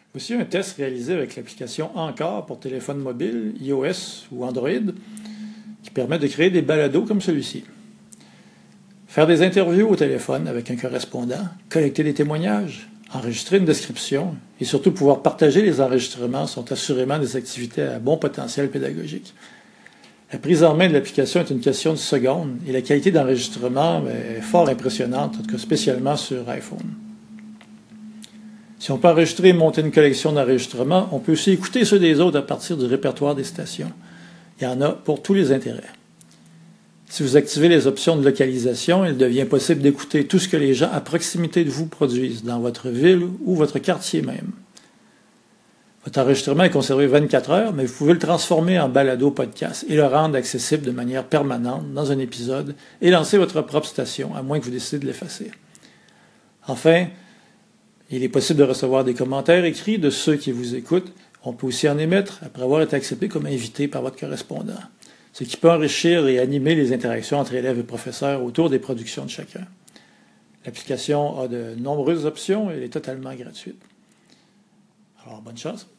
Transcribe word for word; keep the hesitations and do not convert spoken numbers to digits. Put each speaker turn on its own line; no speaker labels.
Voici un test réalisé avec l'application Encore pour téléphone mobile, iOS ou Android, qui permet de créer des balados comme celui-ci. Faire des interviews au téléphone avec un correspondant, collecter des témoignages, enregistrer une description et surtout pouvoir partager les enregistrements sont assurément des activités à bon potentiel pédagogique. La prise en main de l'application est une question de secondes et la qualité d'enregistrement est fort impressionnante, en tout cas spécialement sur iPhone. Si on peut enregistrer et monter une collection d'enregistrements, on peut aussi écouter ceux des autres à partir du répertoire des stations. Il y en a pour tous les intérêts. Si vous activez les options de localisation, il devient possible d'écouter tout ce que les gens à proximité de vous produisent, dans votre ville ou votre quartier même. Votre enregistrement est conservé vingt-quatre heures, mais vous pouvez le transformer en balado podcast et le rendre accessible de manière permanente dans un épisode et lancer votre propre station, à moins que vous décidez de l'effacer. Enfin, il est possible de recevoir des commentaires écrits de ceux qui vous écoutent. On peut aussi en émettre après avoir été accepté comme invité par votre correspondant, ce qui peut enrichir et animer les interactions entre élèves et professeurs autour des productions de chacun. L'application a de nombreuses options et elle est totalement gratuite. Alors, bonne chance!